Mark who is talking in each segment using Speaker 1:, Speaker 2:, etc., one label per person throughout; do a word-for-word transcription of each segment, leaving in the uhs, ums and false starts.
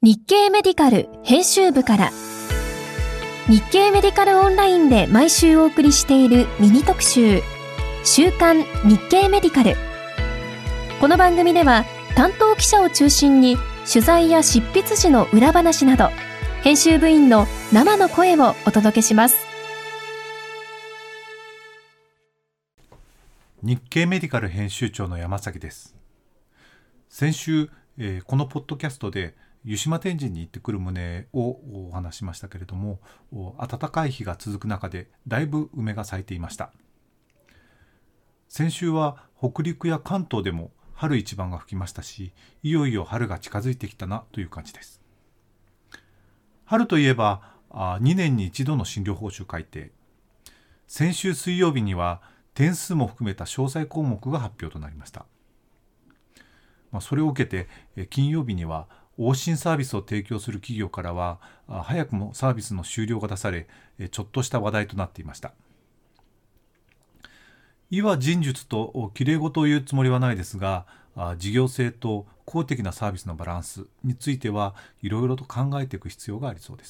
Speaker 1: 日経メディカル編集部から日経メディカルオンラインで毎週お送りしているミニ特集週刊日経メディカル。この番組では担当記者を中心に取材や執筆時の裏話など編集部員の生の声をお届けします。
Speaker 2: 日経メディカル編集長の山崎です。先週、えー、このポッドキャストで湯島天神に行ってくる旨をお話しましたけれども、暖かい日が続く中でだいぶ梅が咲いていました。先週は北陸や関東でも春一番が吹きましたし、いよいよ春が近づいてきたなという感じです。春といえばにねんに一度の診療報酬改定。先週水曜日には点数も含めた詳細項目が発表となりました。まあ、それを受けて金曜日には往診サービスを提供する企業からは早くもサービスの終了が出され、ちょっとした話題となっていました。医は人術ときれい事を言うつもりはないですが、事業性と公的なサービスのバランスについてはいろいろと考えていく必要がありそうです。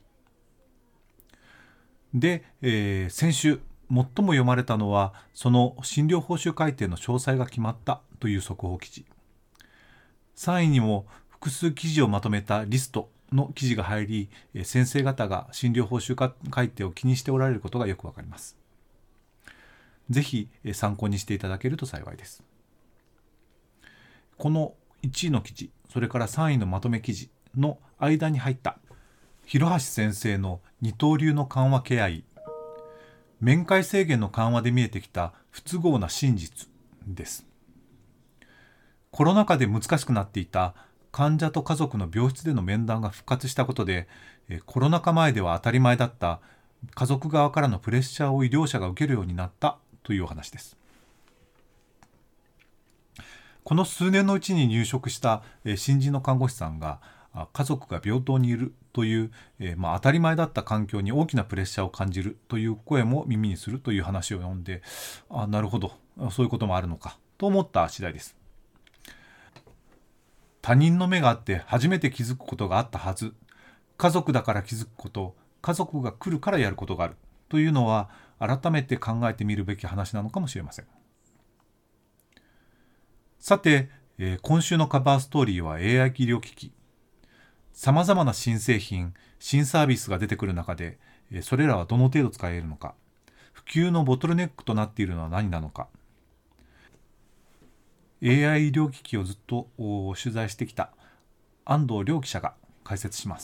Speaker 2: で、えー、先週最も読まれたのはその診療報酬改定の詳細が決まったという速報記事。さんいにも複数記事をまとめたリストの記事が入り、先生方が診療報酬改定を気にしておられることがよくわかります。ぜひ参考にしていただけると幸いです。このいちいの記事、それからさんいのまとめ記事の間に入った広橋先生の二刀流の緩和ケア医、面会制限の緩和で見えてきた不都合な真実です。コロナ禍で難しくなっていた患者と家族の病室での面談が復活したことで、コロナ禍前では当たり前だった家族側からのプレッシャーを医療者が受けるようになったというお話です。この数年のうちに入職した新人の看護師さんが家族が病棟にいるという、まあ、当たり前だった環境に大きなプレッシャーを感じるという声も耳にするという話を読んで、あ、なるほど、そういうこともあるのかと思った次第です。他人の目があって初めて気づくことがあったはず。家族だから気づくこと、家族が来るからやることがあるというのは改めて考えてみるべき話なのかもしれません。さて、えー、今週のカバーストーリーは エーアイ 医療機器。さまざまな新製品、新サービスが出てくる中で、えー、それらはどの程度使えるのか、普及のボトルネックとなっているのは何なのか、エーアイ 医療機器をずっと取材してきた安藤亮記者が解説します。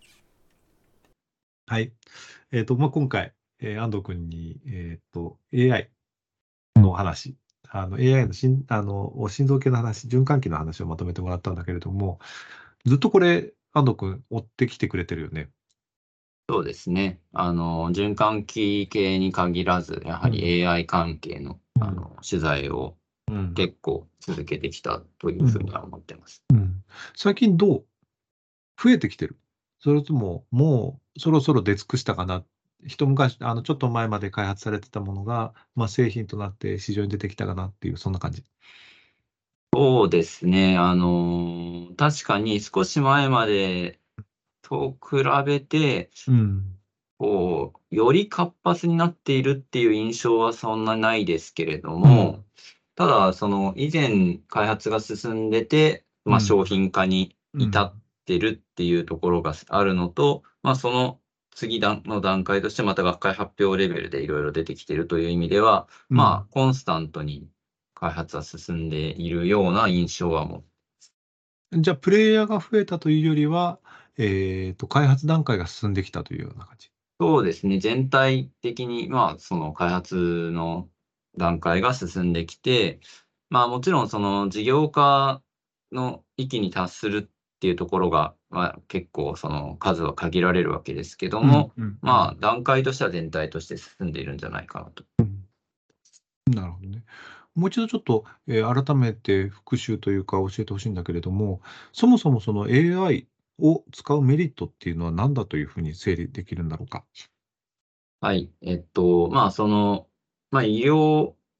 Speaker 3: はい、えーとまあ、今回、えー、安藤君に、えーと、エーアイ の話、あの エーアイ の, 心あの心臓系の話、循環器の話をまとめてもらったんだけれども、ずっとこれ、安藤君、追ってきてくれてるよね。
Speaker 4: そうですね。あの循環器系に限らず、やはり エーアイ 関係の、うん、あの取材を結構続けてきたというふうには思ってます。
Speaker 3: うんうん、最近どう増えてきてる？それとももうそろそろ出尽くしたかな？一昔あのちょっと前まで開発されてたものが、まあ、製品となって市場に出てきたかなっていう、そんな感じ。
Speaker 4: そうですね。あの確かに少し前までと比べて、うん、こうより活発になっているっていう印象はそんなないですけれども、うん、ただその以前開発が進んでて、まあ、商品化に至ってるっていうところがあるのと、うん、まあ、その次の段階としてまた学会発表レベルでいろいろ出てきてるという意味では、うん、まあコンスタントに開発は進んでいるような印象は持ってます。
Speaker 3: じゃあプレイヤーが増えたというよりは、えーと、開発段階が進んできたというような感じ。
Speaker 4: そうですね。全体的に、まあ、その開発の段階が進んできて、まあ、もちろんその事業化の域に達するっていうところが、まあ、結構その数は限られるわけですけども、うんうんうん、まあ、段階としては全体として進んでいるんじゃないかなと。
Speaker 3: うん、なるほどね。もう一度ちょっと、えー、改めて復習というか教えてほしいんだけれども、そもそもその エーアイ を使うメリットっていうのは何だというふうに整理できるんだろうか。
Speaker 4: はい。えっと、まあ、その、まあ、医療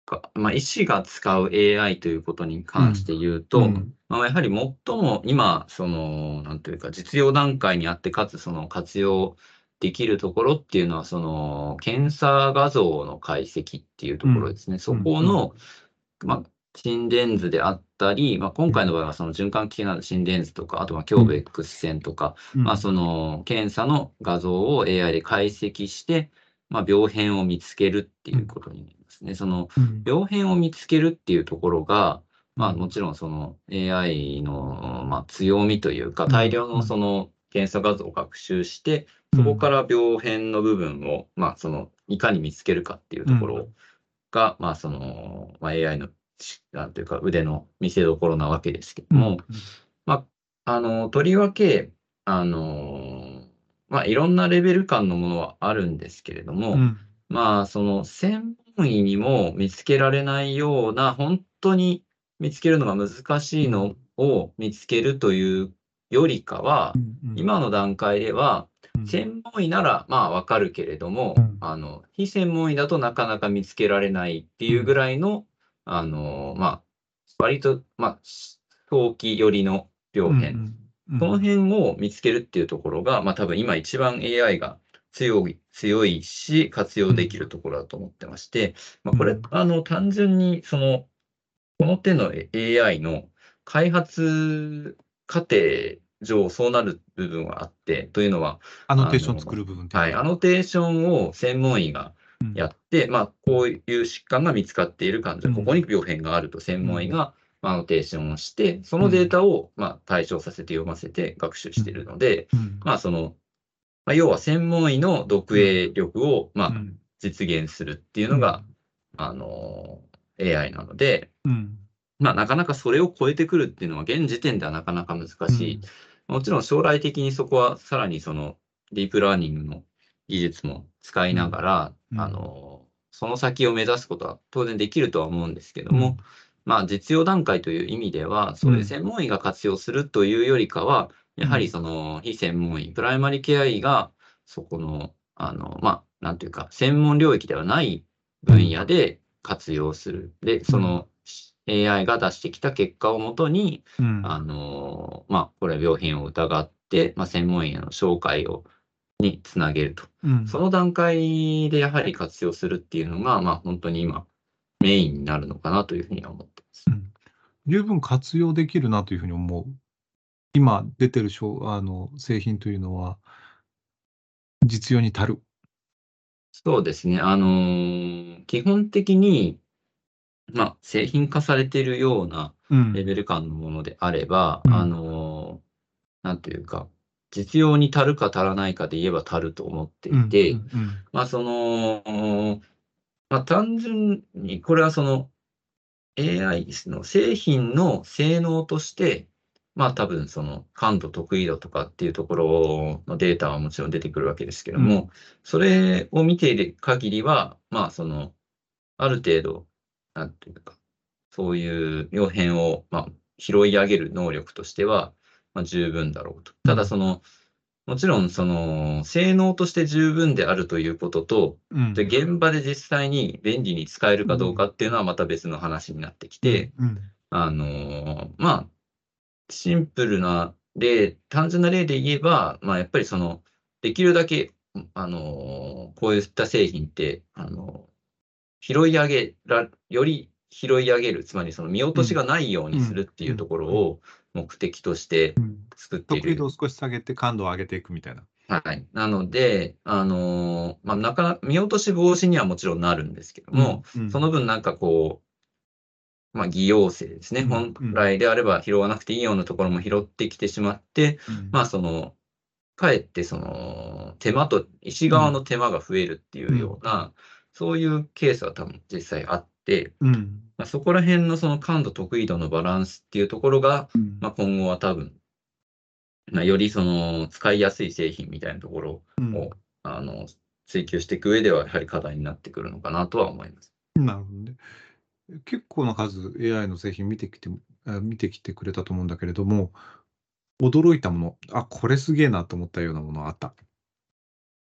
Speaker 4: か、まあ、医師が使う エーアイ ということに関して言うと、
Speaker 3: うん。
Speaker 4: まあ、やはり最も今、その、なんというか、実用段階にあって、かつその活用できるところっていうのは、その、検査画像の解析っていうところですね。そこの、まあ、心電図であったり、まあ、今回の場合はその循環器系など心電図とか、あとは胸部 X 線とか、まあ、その検査の画像を エーアイ で解析して、まあ、病変を見つけるっていうことになりますね。その病変を見つけるっていうところが、まあ、もちろんその エーアイ の、まあ、強みというか、大量のその検査画像を学習して、そこから病変の部分を、まあ、そのいかに見つけるかっていうところが、まあ、その、まあ、エーアイ のなんというか腕の見せ所なわけですけども、まあ、あの、とりわけ、あの、まあ、いろんなレベル感のものはあるんですけれども、まあ、その専門医にも見つけられないような、本当に見つけるのが難しいのを見つけるというよりかは、今の段階では、専門医ならまあわかるけれども、あの、非専門医だとなかなか見つけられないっていうぐらいの、あの、まあ、割と、まあ、早期寄りの病変、この辺を見つけるっていうところが、まあ、多分今一番 エーアイ が強い強いし、活用できるところだと思ってまして、まあ、これ、あの、単純にその、この手の エーアイ の開発過程上、そうなる部分はあって、というのは、
Speaker 2: アノテーション作る部分っていう
Speaker 4: はい、アノテーションを専門医がやって、まあ、こういう疾患が見つかっている患者、ここに病変があると専門医がまあアノテーションをして、そのデータをまあ対象させて読ませて学習しているので、まあその、まあ、要は専門医の読影力をまあ実現するっていうのが、あの、エーアイ なので、まあなかなかそれを超えてくるっていうのは現時点ではなかなか難しい。もちろん将来的にそこはさらにそのディープラーニングの技術も使いながら、あの、その先を目指すことは当然できるとは思うんですけども、まあ実用段階という意味では、そういう専門医が活用するというよりかは、やはりその非専門医、プライマリケア医がそこの、あの、まあ、なんていうか、専門領域ではない分野で活用する。で、その エーアイ が出してきた結果をもとに、あの、まあ、これは病変を疑って、まあ、専門医への紹介をにつなげると。その段階でやはり活用するっていうのが、まあ、本当に今、メインになるのかなというふうには思ってます。
Speaker 2: 十分活用できるなというふうに思う。今出てるしょあの製品というのは、実用に足る。
Speaker 4: そうですね。あの、基本的に、まあ、製品化されているようなレベル感のものであれば、あの、なんというか、実用に足るか足らないかで言えば足ると思っていて、まあ、その、まあ、単純にこれはその エーアイ の製品の性能として、まあ、多分その感度、得意度とかっていうところのデータはもちろん出てくるわけですけども、それを見ている限りは、まあ、その、ある程度、なんていうか、そういう病変を、まあ、拾い上げる能力としては、まあ、十分だろうと。ただその、もちろんその、性能として十分であるということと、で、現場で実際に便利に使えるかどうかっていうのはまた別の話になってきて、あの、まあ、シンプルな例、単純な例で言えば、まあ、やっぱりその、できるだけ、あの、こういった製品って、あの、拾い上げらより拾い上げる、つまりその見落としがないようにするっていうところを目的として作っている。
Speaker 2: 得意度を少し下げて感度を上げていくみたいな。
Speaker 4: はい。なので、あの、まあ、なかなか見落とし防止にはもちろんなるんですけども、その分なんかこう、まあ、偽陽性ですね。本来であれば拾わなくていいようなところも拾ってきてしまって、まあ、その、かえってその、手間と、医師側の手間が増えるっていうような、そういうケースは多分実際あって、まあ、そこら辺のその感度、得意度のバランスっていうところが、まあ、今後は多分、まあ、よりその使いやすい製品みたいなところを、あの追求していく上ではやはり課題になってくるのかなとは思います。
Speaker 2: なるほどね。結構な数 エーアイ の製品見てきて見てきてくれたと思うんだけれども、驚いたもの、あ、これすげえなと思ったようなものはあった？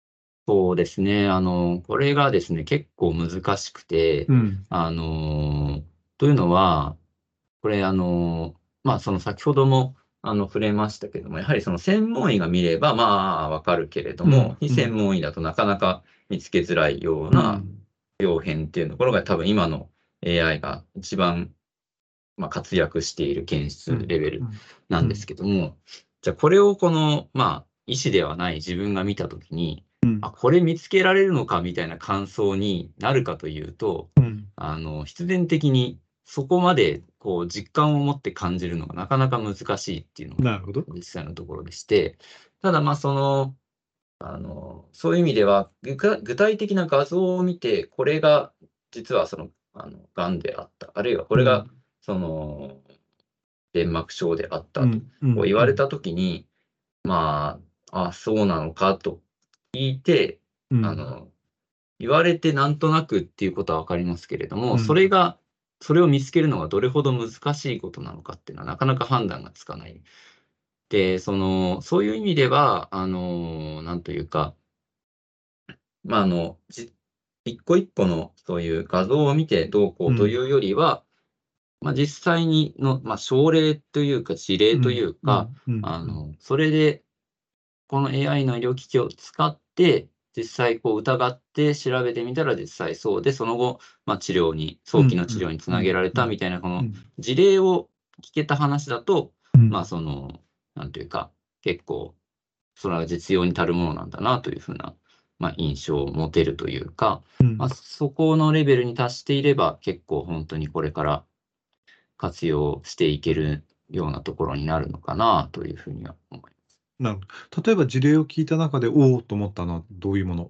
Speaker 4: そうですね。あの、これがですね、結構難しくて、
Speaker 3: うん。
Speaker 4: あの、というのは、これあの、まあ、その先ほども、あの、触れましたけども、やはりその専門医が見れば、まあ、わかるけれども、
Speaker 3: うん。
Speaker 4: 非専門医だとなかなか見つけづらいよう
Speaker 3: う
Speaker 4: な
Speaker 3: ん。
Speaker 4: 病変っていうところが多分今の エーアイ が一番、まあ、活躍している検出
Speaker 3: うん。
Speaker 4: レベル
Speaker 3: うん。
Speaker 4: なんですけども、じゃあこれをこの、まあ、医師ではない自分が見たときに、
Speaker 3: うん
Speaker 4: あ、これ見つけられるのかみたいな感想になるかというと、
Speaker 3: うん
Speaker 4: あの、必然的にそこまでこう実感を持って感じるのがなかなか難しいっていうのが
Speaker 3: なるほど。
Speaker 4: 実際のところでして、ただまあその、あの、そういう意味では、ぐか具体的な画像を見て、これが実はその、あの、癌であった、あるいはこれが
Speaker 3: うん
Speaker 4: その、弁膜症であったと
Speaker 3: うんうんうん
Speaker 4: こう言われたときに、まあ、あ、そうなのかと聞いて、
Speaker 3: うん
Speaker 4: あの、言われてなんとなくっていうことは分かりますけれども、そ
Speaker 3: うん
Speaker 4: れがそれを見つけるのがどれほど難しいことなのかっていうのはなかなか判断がつかない。で、その、そういう意味では、あの、なんというか、まあ、あの、じ一個一個のそういう画像を見てどうこ
Speaker 3: うん
Speaker 4: うというよりは、まあ、実際にの、まあ、症例というか事例というか、
Speaker 3: うんうんうん
Speaker 4: あの、それでこの エーアイ の医療機器を使って、実際こう疑って調べてみたら実際そうで、その後、まあ、治療に早期の治療につなげられたみたいな、この事例を聞けた話だと、まあ、その、なんていうか、結構、それは実用に足るものなんだなというふうな、まあ、印象を持てるというか、
Speaker 3: うん
Speaker 4: まあ、そこのレベルに達していれば、結構本当にこれから活用していけるようなところになるのかなというふうには思います。
Speaker 3: なるほど。例えば事例を聞いた中で、おおと思ったのはどういうもの？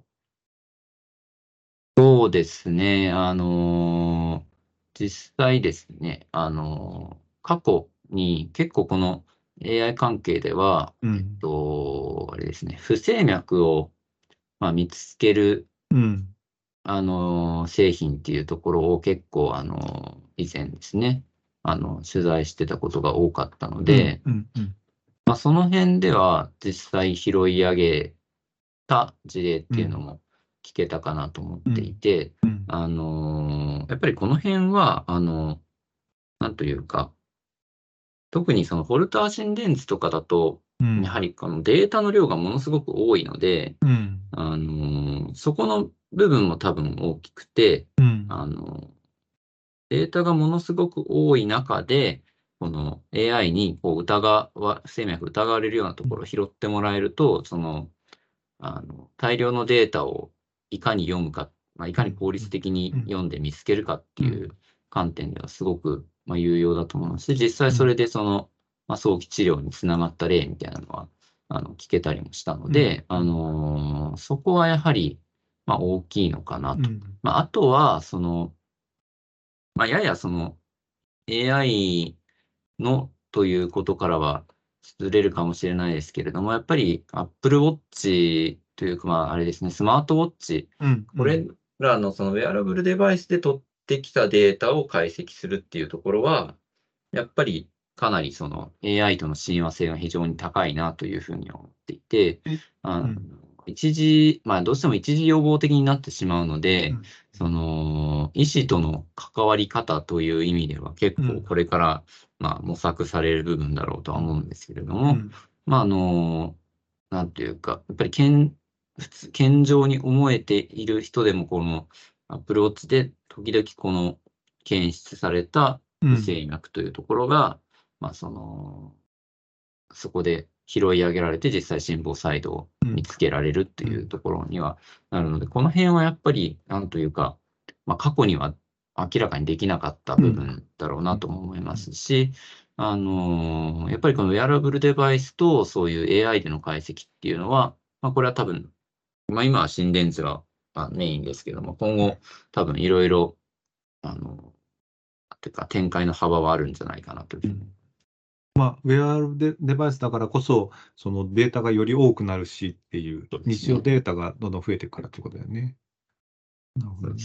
Speaker 4: そうですね。あの、実際ですね、あの、過去に結構この エーアイ 関係では、えっ
Speaker 3: うん。
Speaker 4: と、あれですね、不整脈を、まあ、見つける、
Speaker 3: うん。
Speaker 4: あの、製品っていうところを結構、あの、以前ですね、あの、取材してたことが多かったの
Speaker 3: うん
Speaker 4: で、
Speaker 3: うんうん
Speaker 4: まあ、その辺では実際拾い上げた事例っ
Speaker 3: うん
Speaker 4: ていうのも聞けたかなと思ってい
Speaker 3: うん
Speaker 4: て、
Speaker 3: うん
Speaker 4: あの、やっぱりこの辺は、あの、なんというか、特にそのホルター心電図とかだと、
Speaker 3: うん
Speaker 4: やはりこのデータの量がものすごく多いので、
Speaker 3: うん
Speaker 4: あの、そこの部分も多分大きくて、
Speaker 3: うん
Speaker 4: あの、データがものすごく多い中で、この エーアイ にこう疑わ不整脈疑われるようなところを拾ってもらえると、そのあの、大量のデータをいかに読むか、まあ、いかに効率的に読んで見つけるかっていう観点ではすごく、まあ、有用だと思いますし、実際それでその、まあ、早期治療につながった例みたいなのは、あの、聞けたりもしたので、あの、そこはやはり、まあ、大きいのかなと。
Speaker 3: うん
Speaker 4: まあ、あとは、その、まあ、ややその エーアイ のということからはずれるかもしれないですけれども、やっぱり Apple Watch というか、まあ、あれですね、スマートウォッチ、
Speaker 3: うん
Speaker 4: これらのそのウェアラブルデバイスで取ってきたデータを解析するっていうところは、やっぱりかなりその エーアイ との親和性が非常に高いなというふうに思っていて、
Speaker 3: え
Speaker 4: あの
Speaker 3: うん
Speaker 4: 一時、まあ、どうしても一時予防的になってしまうの
Speaker 3: う
Speaker 4: で、
Speaker 3: ん
Speaker 4: その、医師との関わり方という意味では結構これからまあ、模索される部分だろうとは思うんですけれども、
Speaker 3: うん
Speaker 4: まあ、あの、なんていうか、やっぱり健普通健常に思えている人でも、このアプローチで時々この検出された不
Speaker 3: うん
Speaker 4: 整脈というところが、まあ、その、そこで拾い上げられて、実際心房細動を見つけられるっていうところにはなるので、この辺はやっぱり、なんというか、まあ、過去には明らかにできなかった部分だろうなとも思いますし、あの、やっぱりこのウェアラブルデバイスとそういう エーアイ での解析っていうのは、まあ、これは多分、まあ、今は心電図がまあメインですけども、今後多分いろいろ、あの、てか展開の幅はあるんじゃないかなというふうに。
Speaker 3: まあ、ウェアラブルデバイスだからこそ、そのデータがより多くなるしっていう、
Speaker 4: そうですね
Speaker 3: 日常データがどんどん増えていくからってことだよね。なるほどね。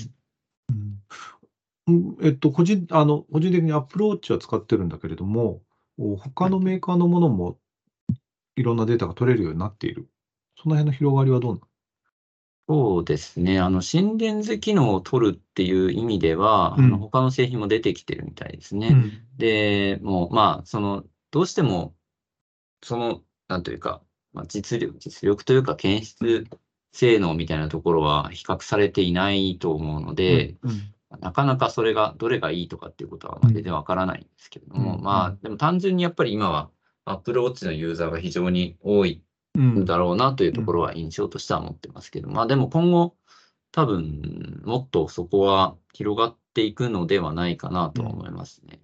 Speaker 3: うんうんえっと、個人、あの、個人的にアプローチは使ってるんだけれども、お他のメーカーのものもいろんなデータが取れるようになっている。その辺の広がりはどうなの？
Speaker 4: そうですね。あの、心電図機能を取るっていう意味では、あの、
Speaker 3: うん。
Speaker 4: 他の製品も出てきてるみたいです
Speaker 3: う
Speaker 4: ね。
Speaker 3: ん。
Speaker 4: で、もう、まあ、その、どうしても、その、なんというか、まあ、実力実力というか、検出性能みたいなところは比較されていないと思うの
Speaker 3: うん。
Speaker 4: で、
Speaker 3: うん。
Speaker 4: なかなかそれがどれがいいとかっていうことは、まあ、全
Speaker 3: うん。
Speaker 4: 然わからないんですけれど
Speaker 3: う
Speaker 4: も、まあ、
Speaker 3: ん。
Speaker 4: でも単純にやっぱり今は Apple Watch のユーザーが非常に多い
Speaker 3: うん。
Speaker 4: んだろうなという
Speaker 3: うん。
Speaker 4: ところは印象としては持ってますけど、まあ、でも今後、多分もっとそこは広がっていくのではないかなとは思いますね。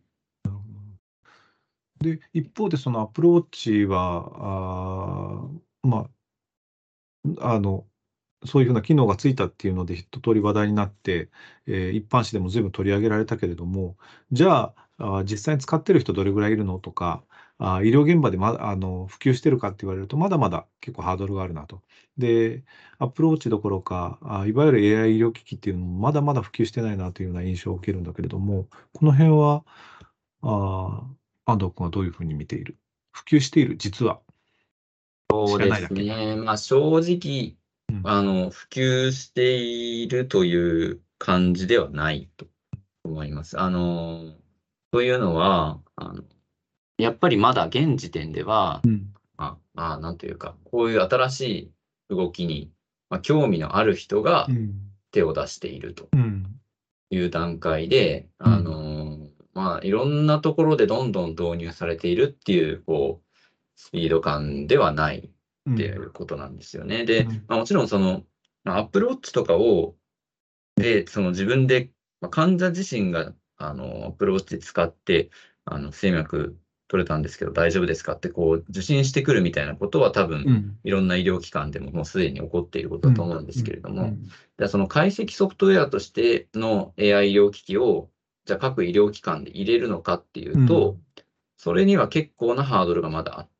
Speaker 3: で、一方でその Apple Watch は、あーまあ、あの、そういうふうな機能がついたっていうので一通り話題になって、えー一般紙でも随分取り上げられたけれども、じゃあ、あー実際に使ってる人どれぐらいいるのとか、あー医療現場でまあの普及してるかって言われると、まだまだ結構ハードルがあるなと。で、Apple Watch どころか、あーいわゆる エーアイ 医療機器っていうのもまだまだ普及してないなというような印象を受けるんだけれども、この辺は、あー安藤君はどういうふうに見ている？普及している、実は。知
Speaker 4: そうで
Speaker 3: らないだけ。
Speaker 4: すね。まあ、正直、
Speaker 3: うん。
Speaker 4: あの、普及しているという感じではないと思います。あの、というのは、あの、やっぱりまだ現時点では、
Speaker 3: うん。
Speaker 4: まあ、まあ、なんというか、こういう新しい動きに、まあ、興味のある人が
Speaker 3: うん。
Speaker 4: 手を出していると
Speaker 3: うん。
Speaker 4: いう段階で、あ
Speaker 3: うん。
Speaker 4: の、まあ、いろんなところでどんどん導入されているっていう、こう、スピード感ではないってい
Speaker 3: うん。
Speaker 4: うことなんですよね。で、
Speaker 3: うん。
Speaker 4: まあ、もちろんその、まあ、Apple Watch とかを、で、その自分で、まあ、患者自身が、あの、Apple Watch 使って、あの、不整脈取れたんですけど大丈夫ですかってこう受診してくるみたいなことは多分、
Speaker 3: うん。
Speaker 4: いろんな医療機関でももうすでに起こっていることだと思うんですけれども、
Speaker 3: うん。
Speaker 4: じゃあその解析ソフトウェアとしての エーアイ 医療機器を、じゃあ各医療機関で入れるのかっていうと、それには結構なハードルがまだあって、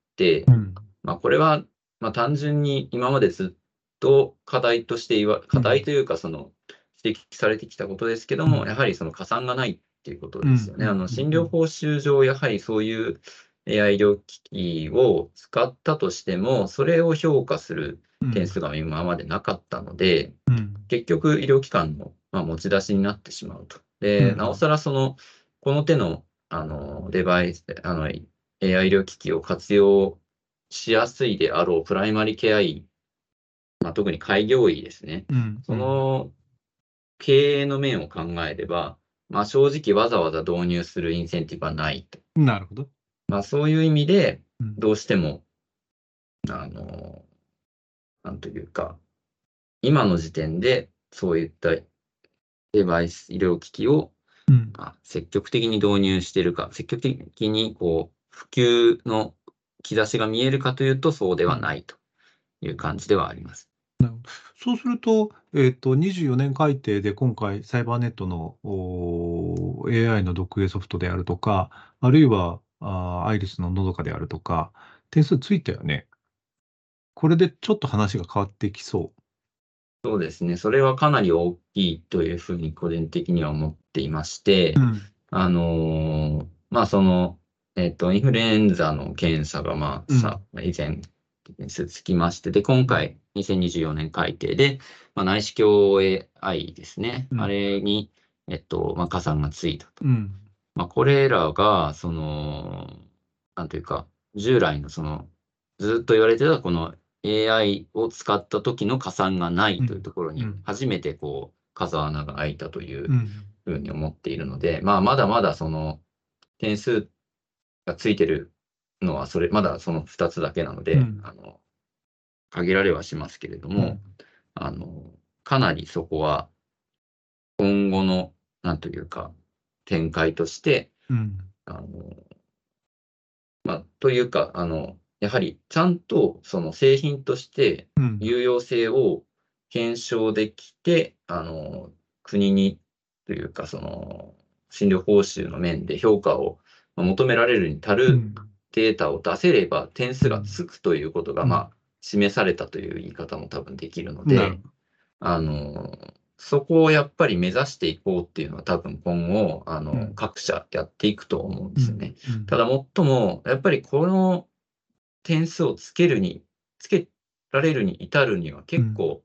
Speaker 3: うん。
Speaker 4: まあ、これは、まあ、単純に今までずっと課題として言わ課題というか、その、指摘されてきたことですけども、
Speaker 3: うん。
Speaker 4: やはりその加算がないっていうこと
Speaker 3: うん。
Speaker 4: ですよね。あの、
Speaker 3: うん。
Speaker 4: 診療報酬上、やはりそういう エーアイ 医療機器を使ったとしても、それを評価する点数が今までなかったので、
Speaker 3: うん。
Speaker 4: 結局医療機関の、まあ、持ち出しになってしまうと。で、なおさらその、この手の、あの、デバイス、あの、エーアイ 医療機器を活用しやすいであろうプライマリケア医、まあ、特に開業医ですね。
Speaker 3: うん。
Speaker 4: その経営の面を考えれば、まあ、正直わざわざ導入するインセンティブはないと。
Speaker 3: うん。なるほど。
Speaker 4: まあ、そういう意味で、
Speaker 3: うん。
Speaker 4: どうしても、あの、なんというか、今の時点でそういったデバイス、医療機器を、
Speaker 3: うん。
Speaker 4: まあ、積極的に導入しているか、積極的にこう普及の兆しが見えるかというと、そうではないという感じではあります。
Speaker 3: そうすると、えっと、にじゅうよねん改定で今回、サイバーネットのおー エーアイ の読影ソフトであるとか、あるいはあーアイリスののどかであるとか、点数ついたよね。これでちょっと話が変わってきそ
Speaker 4: そうですね。それはかなり大きいというふうに個人的には思っていまし
Speaker 3: う。
Speaker 4: て、
Speaker 3: うん。
Speaker 4: あのーまあ、その、えっと、インフルエンザの検査が、まあ、
Speaker 3: うん。
Speaker 4: さ、以前、つきまして、で、今回、にせんにじゅうよねん改定で、まあ、内視鏡 エーアイ ですね。
Speaker 3: うん。
Speaker 4: あれに、えっと、まあ、加算がついたと。
Speaker 3: うん。
Speaker 4: まあ、これらが、その、なんというか、従来のその、ずっと言われてたこの エーアイ を使った時の加算がないというところに、
Speaker 3: うん。
Speaker 4: 初めてこう、風穴が開いたという
Speaker 3: うん。
Speaker 4: ふうに思っているので、まあ、まだまだその、点数がついてるのは、それ、まだそのふたつだけなので、
Speaker 3: うん
Speaker 4: あの、限られはしますけれども、あの、かなりそこは、今後の、なんというか、展開として、
Speaker 3: うん。
Speaker 4: あの、まあ、というか、あの、やはりちゃんとその製品として
Speaker 3: うん。
Speaker 4: 有用性を検証できて、あの、国にというか、その、診療報酬の面で評価をまあ求められるに足る
Speaker 3: うん。
Speaker 4: データを出せれば点数が
Speaker 3: うん。
Speaker 4: つくということが、
Speaker 3: うん。
Speaker 4: まあ、示されたという言い方も多分できるので、
Speaker 3: なるほど。
Speaker 4: あの、そこをやっぱり目指していこうっていうのは多分今後、あの、
Speaker 3: うん。
Speaker 4: 各社やっていくと思うんで
Speaker 3: うん。
Speaker 4: すよね。
Speaker 3: うん。
Speaker 4: ただもっとも、やっぱりこの点数をつけるにつけられるに至るには
Speaker 3: うん。
Speaker 4: 結構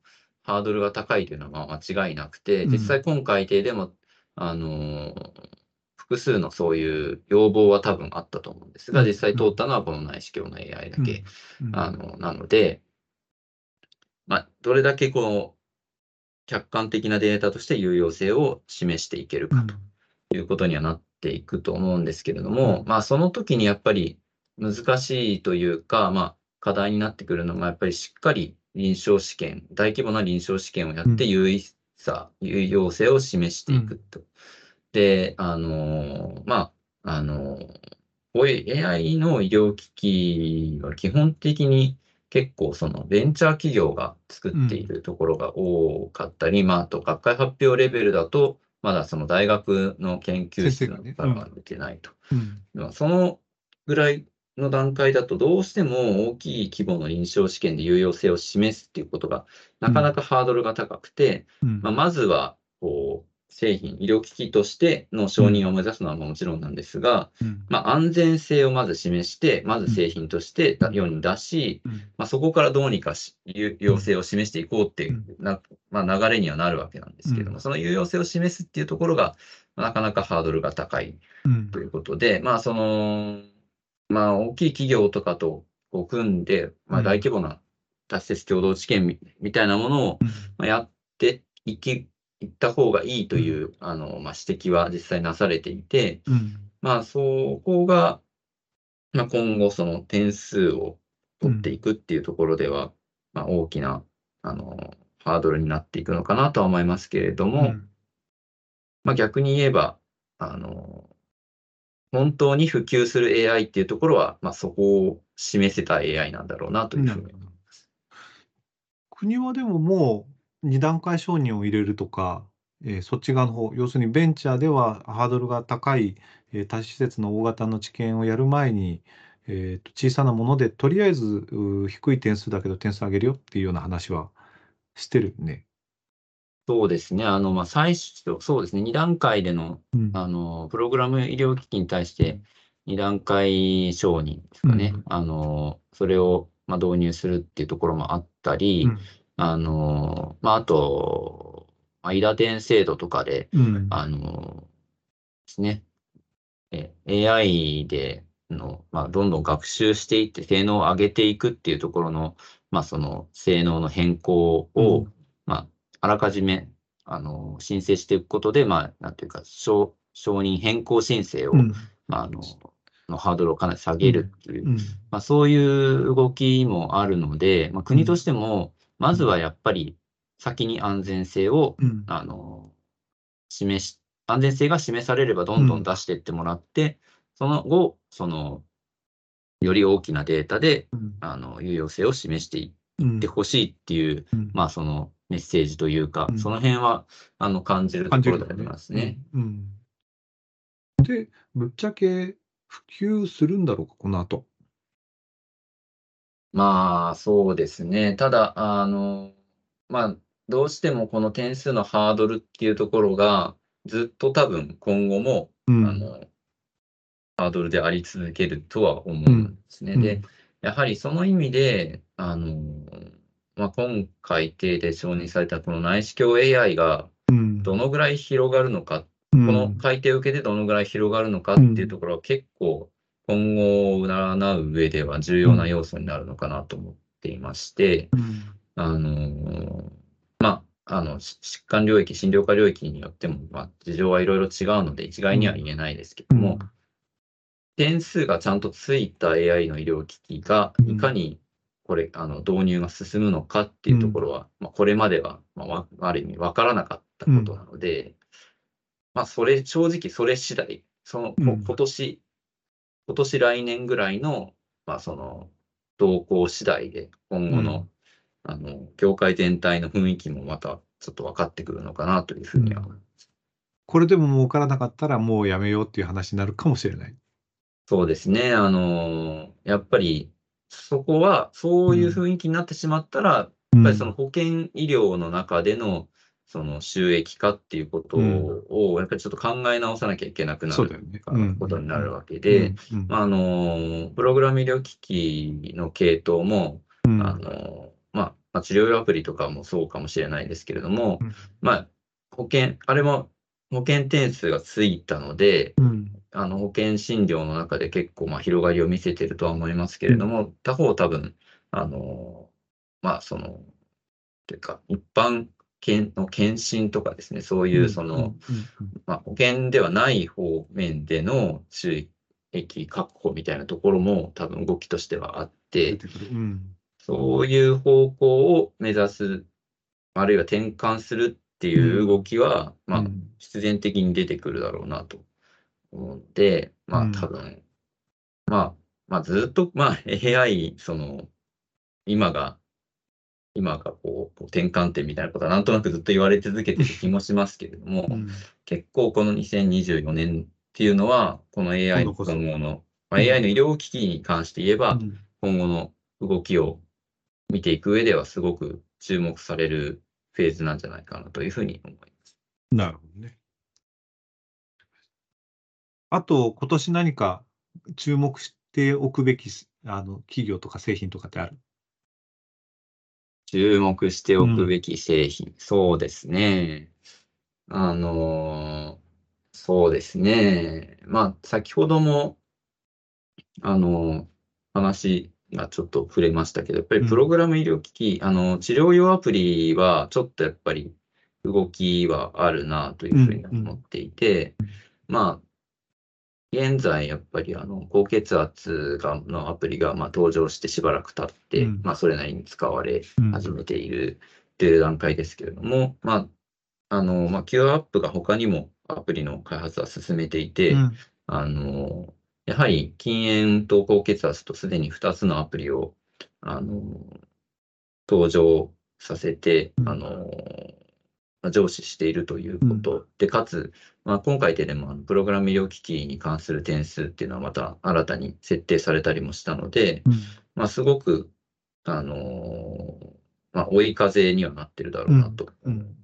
Speaker 4: ハードルが高いというのはまあ間違いなくて、
Speaker 3: うん
Speaker 4: 実際今改定でも、あのー複数のそういう要望は多分あったと思うんですが、
Speaker 3: うん
Speaker 4: 実際通ったのはこの内視鏡の エーアイ だけ、
Speaker 3: うん
Speaker 4: あの、なので、まあ、どれだけこの客観的なデータとして有用性を示していけるかということにはなっていくと思うんですけれども、
Speaker 3: うん
Speaker 4: まあ、その時にやっぱり難しいというか、まあ、課題になってくるのが、やっぱりしっかり臨床試験、大規模な臨床試験をやって有意さ、有用性を示していくと。で、あの、まあ、あの、こういう エーアイ の医療機器は基本的に結構そのベンチャー企業が作っているところが多かったり、まあ、あと学会発表レベルだと、まだその大学の研究室
Speaker 3: 先生がね
Speaker 4: からは出てないと。
Speaker 3: うん
Speaker 4: まあそのぐらいの段階だと、どうしても大きい規模の臨床試験で有用性を示すっていうことが、なかなかハードルが高くて、
Speaker 3: うん
Speaker 4: まあ、まずは、こう、製品、医療機器としての承認を目指すのはもちろんなんですが、
Speaker 3: うん
Speaker 4: まあ、安全性をまず示して、まず製品として
Speaker 3: うん
Speaker 4: 世に出し、
Speaker 3: うん
Speaker 4: まあ、そこからどうにかし有用性を示していこうっていうな、まあ、流れにはなるわけなんですけども、
Speaker 3: うん
Speaker 4: その有用性を示すっていうところが、なかなかハードルが高い
Speaker 3: うん
Speaker 4: ということで、まあ、その、まあ、大きい企業とかとこう組んで、まあ、大規模な多施設共同治験みみたいなものを
Speaker 3: うん
Speaker 4: まあやっていき、いった方がいいという、あの、まあ、指摘は実際なされていて、
Speaker 3: うん
Speaker 4: まあ、そこが、まあ、今後その点数を取っていくっていうところでは、まあ、大きな、あの、ハードルになっていくのかなとは思いますけれども、
Speaker 3: うん
Speaker 4: まあ、逆に言えば、あの、本当に普及する エーアイ っていうところは、まあ、そこを示せた エーアイ なんだろうなというふうに思います。
Speaker 3: 国はでももうに段階承認を入れるとか、えーそっち側の方、要するにベンチャーではハードルが高い、えー多施設の大型の治験をやる前に、えーと小さなものでとりあえずうー低い点数だけど点数上げるよっていうような話はしてるよね。
Speaker 4: そうですね。あの、まあ、最初、そうですね。に段階での、
Speaker 3: うん
Speaker 4: あの、プログラム医療機器に対してに段階承認ですかね。
Speaker 3: うん
Speaker 4: あの、それを、まあ、導入するっていうところもあったり、
Speaker 3: うん
Speaker 4: あの、まあ、あと、まあ、イダ電制度とかで、
Speaker 3: うん
Speaker 4: あの、ですね。え エーアイ での、まあ、どんどん学習していって性能を上げていくっていうところの、まあ、その性能の変更を、
Speaker 3: うん
Speaker 4: まあ、あらかじめ、あの、申請していくことで、まあ、なんていうか、承承認変更申請を、
Speaker 3: うん
Speaker 4: まあ、あの、のハードルをかなり下げるっていう、
Speaker 3: うん
Speaker 4: まあ、そういう動きもあるので、まあ、国としても、まずはやっぱり先に安全性を、
Speaker 3: うん
Speaker 4: あの、示し、安全性が示されればどんどん出していってもらって、その後、その、より大きなデータで、
Speaker 3: うん
Speaker 4: あの、有用性を示してい
Speaker 3: うん
Speaker 4: ってほしいっていう、
Speaker 3: うん
Speaker 4: まあ、そのメッセージというか、
Speaker 3: うん
Speaker 4: その辺は、あの、感じるところであり
Speaker 3: 感じるよね。
Speaker 4: ますね。
Speaker 3: うんうんで、ぶっちゃけ普及するんだろうか、この後。
Speaker 4: まあ、そうですね。ただ、あの、まあ、どうしてもこの点数のハードルっていうところが、ずっと多分今後も、
Speaker 3: うん
Speaker 4: あの、ハードルであり続けるとは思うんですね。
Speaker 3: うん
Speaker 4: で、やはりその意味で、あの、まあ、今回定で承認されたこの内視鏡 エーアイ が
Speaker 3: うん
Speaker 4: どのぐらい広がるのか、
Speaker 3: うん
Speaker 4: この改定を受けてどのぐらい広がるのかっていうところは結構今後を占う上では重要な要素になるのかなと思っていまして、
Speaker 3: うん
Speaker 4: あの、まあ、あの、し疾患領域、診療科領域によっても、まあ、事情はいろいろ違うので一概には言えないですけども、点数がちゃんとついた エーアイ の医療機器がいかにこれ、あの、導入が進むのかっていうところは、まあ、これまでは、まあわ、ある意味わからなかったことなので、まあ、それ、正直それ次第、その、こ
Speaker 3: うん
Speaker 4: 今年、今年来年ぐらいの、まあ、その、動向次第で、今後の、あの、業界全体の雰囲気もまたちょっと分かってくるのかなというふうには思います。
Speaker 3: これでも儲からなかったらもうやめようっていう話になるかもしれない。
Speaker 4: そうですね。あの、やっぱり、そこは、そういう雰囲気になってしまったら、やっぱりその保険医療の中での、その収益化っていうことを、やっぱりちょっと考え直さなきゃいけなくなる
Speaker 3: そうだよね。
Speaker 4: ことになるわけで、
Speaker 3: うん
Speaker 4: まあ、あの、プログラム医療機器の系統も、
Speaker 3: うん
Speaker 4: あの、まあ、 まあ、治療用アプリとかもそうかもしれないですけれども、
Speaker 3: うん、
Speaker 4: まあ、保険、あれも保険点数がついたので、うん、あの保険診療の中で結構まあ広がりを見せてるとは思いますけれども、うん、他方多分、あの、まあその、というか、一般の検診とかですね、そういうその、まあ、保険ではない方面での収益確保みたいなところも多分動きとしてはあって、うん、そういう方向を目指す、あるいは転換するっていう動きは、うん、まあ、必然的に出てくるだろうなと思うので、まあ多分、うん、まあ、まあずっと、まあ エーアイ、その、今が、今がこう、転換点みたいなことはなんとなくずっと言われ続けてる気もしますけれども、うん、結構このにせんにじゅうよねんっていうのは、この エーアイ の今後の、まあ、エーアイ の医療機器に関して言えば、うん、今後の動きを見ていく上ではすごく注目されるフェーズなんじゃないかなというふうに思います。
Speaker 3: なるほどね。あと、今年何か注目しておくべきあの企業とか製品とかってある？
Speaker 4: 注目しておくべき製品、うん、そうですね。あのー、そうですね。まあ、先ほども、あのー、話がちょっと触れましたけど、やっぱりプログラム医療機器、うん、あの、治療用アプリはちょっとやっぱり動きはあるなというふうに思っていて、うんうん、まあ、現在、やっぱりあの高血圧がのアプリがまあ登場してしばらく経って、うん、まあそれなりに使われ始めているという段階ですけれども、うん、まあ、あの、まあ、Q アップが他にもアプリの開発は進めていて、うん、あの、やはり禁煙と高血圧とすでにふたつのアプリを、あの、登場させて、あの、上司しているということ、うん、で、かつ、まあ、今回でもプログラム医療機器に関する点数っていうのはまた新たに設定されたりもしたので、うん、まあ、すごく、あのー、まあ、追い風にはなってるだろうなと思って、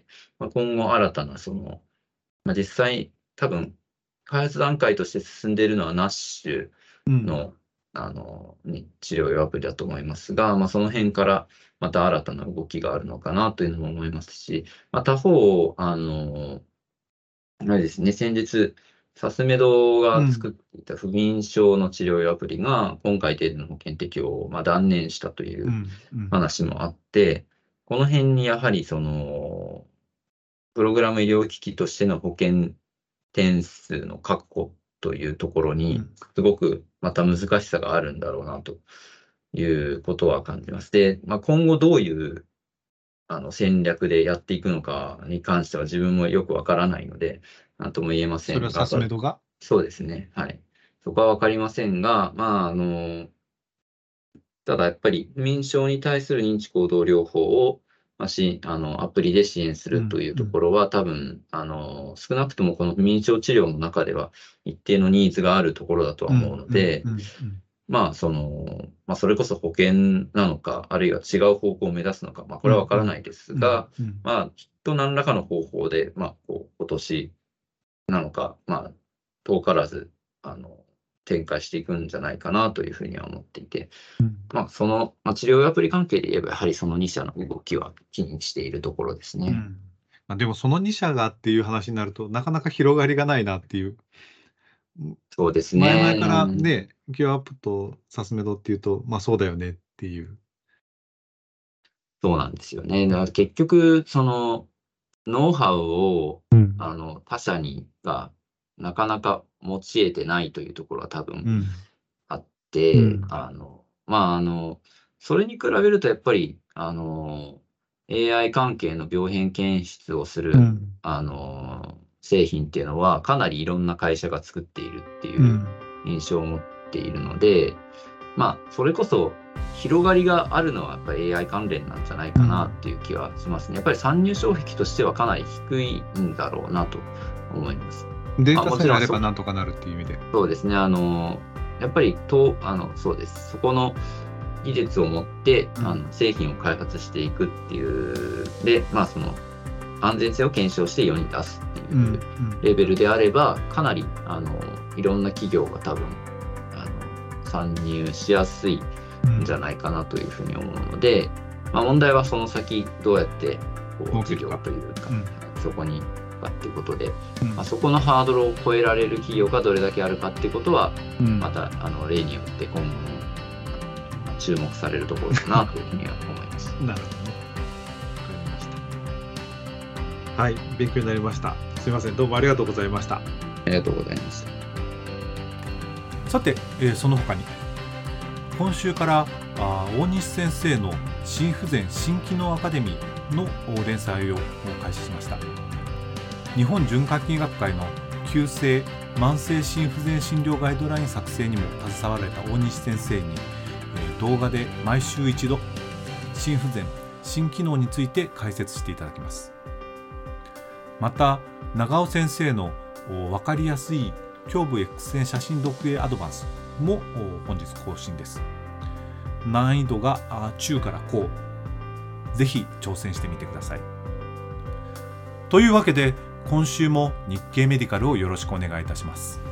Speaker 4: うん、まあ、今後新たなその、まあ、実際多分開発段階として進んでいるのはナッシュの、うんあの、治療用アプリだと思いますが、まあ、その辺からまた新たな動きがあるのかなというのも思いますし、まあ、他方、あの、あれですね、先日、サスメドが作っていた不眠症の治療用アプリが、今回程度の保険適用をまあ断念したという話もあって、うんうん、この辺にやはりその、プログラム医療機器としての保険点数の確保というところに、すごくまた難しさがあるんだろうなということは感じます。で、まあ、今後どういうあの戦略でやっていくのかに関しては自分もよくわからないので、なんとも言えませんが。
Speaker 3: それはサスメドが？
Speaker 4: そうですね。はい。そこはわかりませんが、まあ、あの、ただやっぱり不眠症に対する認知行動療法をまあ、しあのアプリで支援するというところは、うん、多分あの少なくともこの不眠症治療の中では一定のニーズがあるところだとは思うので、まあその、まあ、それこそ保険なのか、あるいは違う方向を目指すのか、まあ、これは分からないですが、うんうんうん、まあ、きっと何らかの方法で、まあ、こう今年なのか、まあ、遠からずあの展開していくんじゃないかなというふうには思っていて、うん、まあ、その、まあ、治療アプリ関係で言えば、やはりそのに社の動きは気にしているところですね。うん
Speaker 3: まあ、でも、そのに社がっていう話になると、なかなか広がりがないなっていう。
Speaker 4: そうですね。
Speaker 3: 前々からね、Qアップとサスメドっていうと、まあそうだよねっていう。
Speaker 4: そうなんですよね。だから結局、その、ノウハウを、うん、あの他社にがなかなか持ち得てないというところは多分あって、うん、あの、まあ、あの、それに比べるとやっぱり、あの、エーアイ 関係の病変検出をする、うん、あの、製品っていうのはかなりいろんな会社が作っているっていう印象を持っているので、うん、まあ、それこそ広がりがあるのはやっぱり エーアイ 関連なんじゃないかなっていう気はしますね。やっぱり参入障壁としてはかなり低いんだろうなと思います。
Speaker 3: データさえあればなんとかなるっていう意味で。
Speaker 4: そうですね。あの、やっぱりと、あの、そうです。そこの技術を持って、うん、あの製品を開発していくっていう、で、まあその安全性を検証して世に出すっていうレベルであれば、かなり、あの、いろんな企業が多分、あの、参入しやすいんじゃないかなというふうに思うので、 まあ、問題はその先どうやってこう事業というか、
Speaker 3: うん、
Speaker 4: そこにかっていうことで、
Speaker 3: うん
Speaker 4: まあ、そこのハードルを超えられる企業がどれだけあるかっていうことは、
Speaker 3: うん、
Speaker 4: またあの例によって今後の注目されるところかなというふうには思います。
Speaker 3: なるほどね。わかりました。はい、勉強になりました。すみません、どうもありがとうございました。
Speaker 4: ありがとうございました。
Speaker 2: さて、えー、その他に今週からあ大西先生の心不全心機能アカデミーの連載を開始しました。日本循環器学会の急性慢性心不全診療ガイドライン作成にも携わられた大西先生に、えー、動画で毎週一度心不全心機能について解説していただきます。また長尾先生の分かりやすい胸部 X 線写真読影アドバンスも本日更新です。難易度が中から高、ぜひ挑戦してみてください。というわけで今週も日経メディカルをよろしくお願いいたします。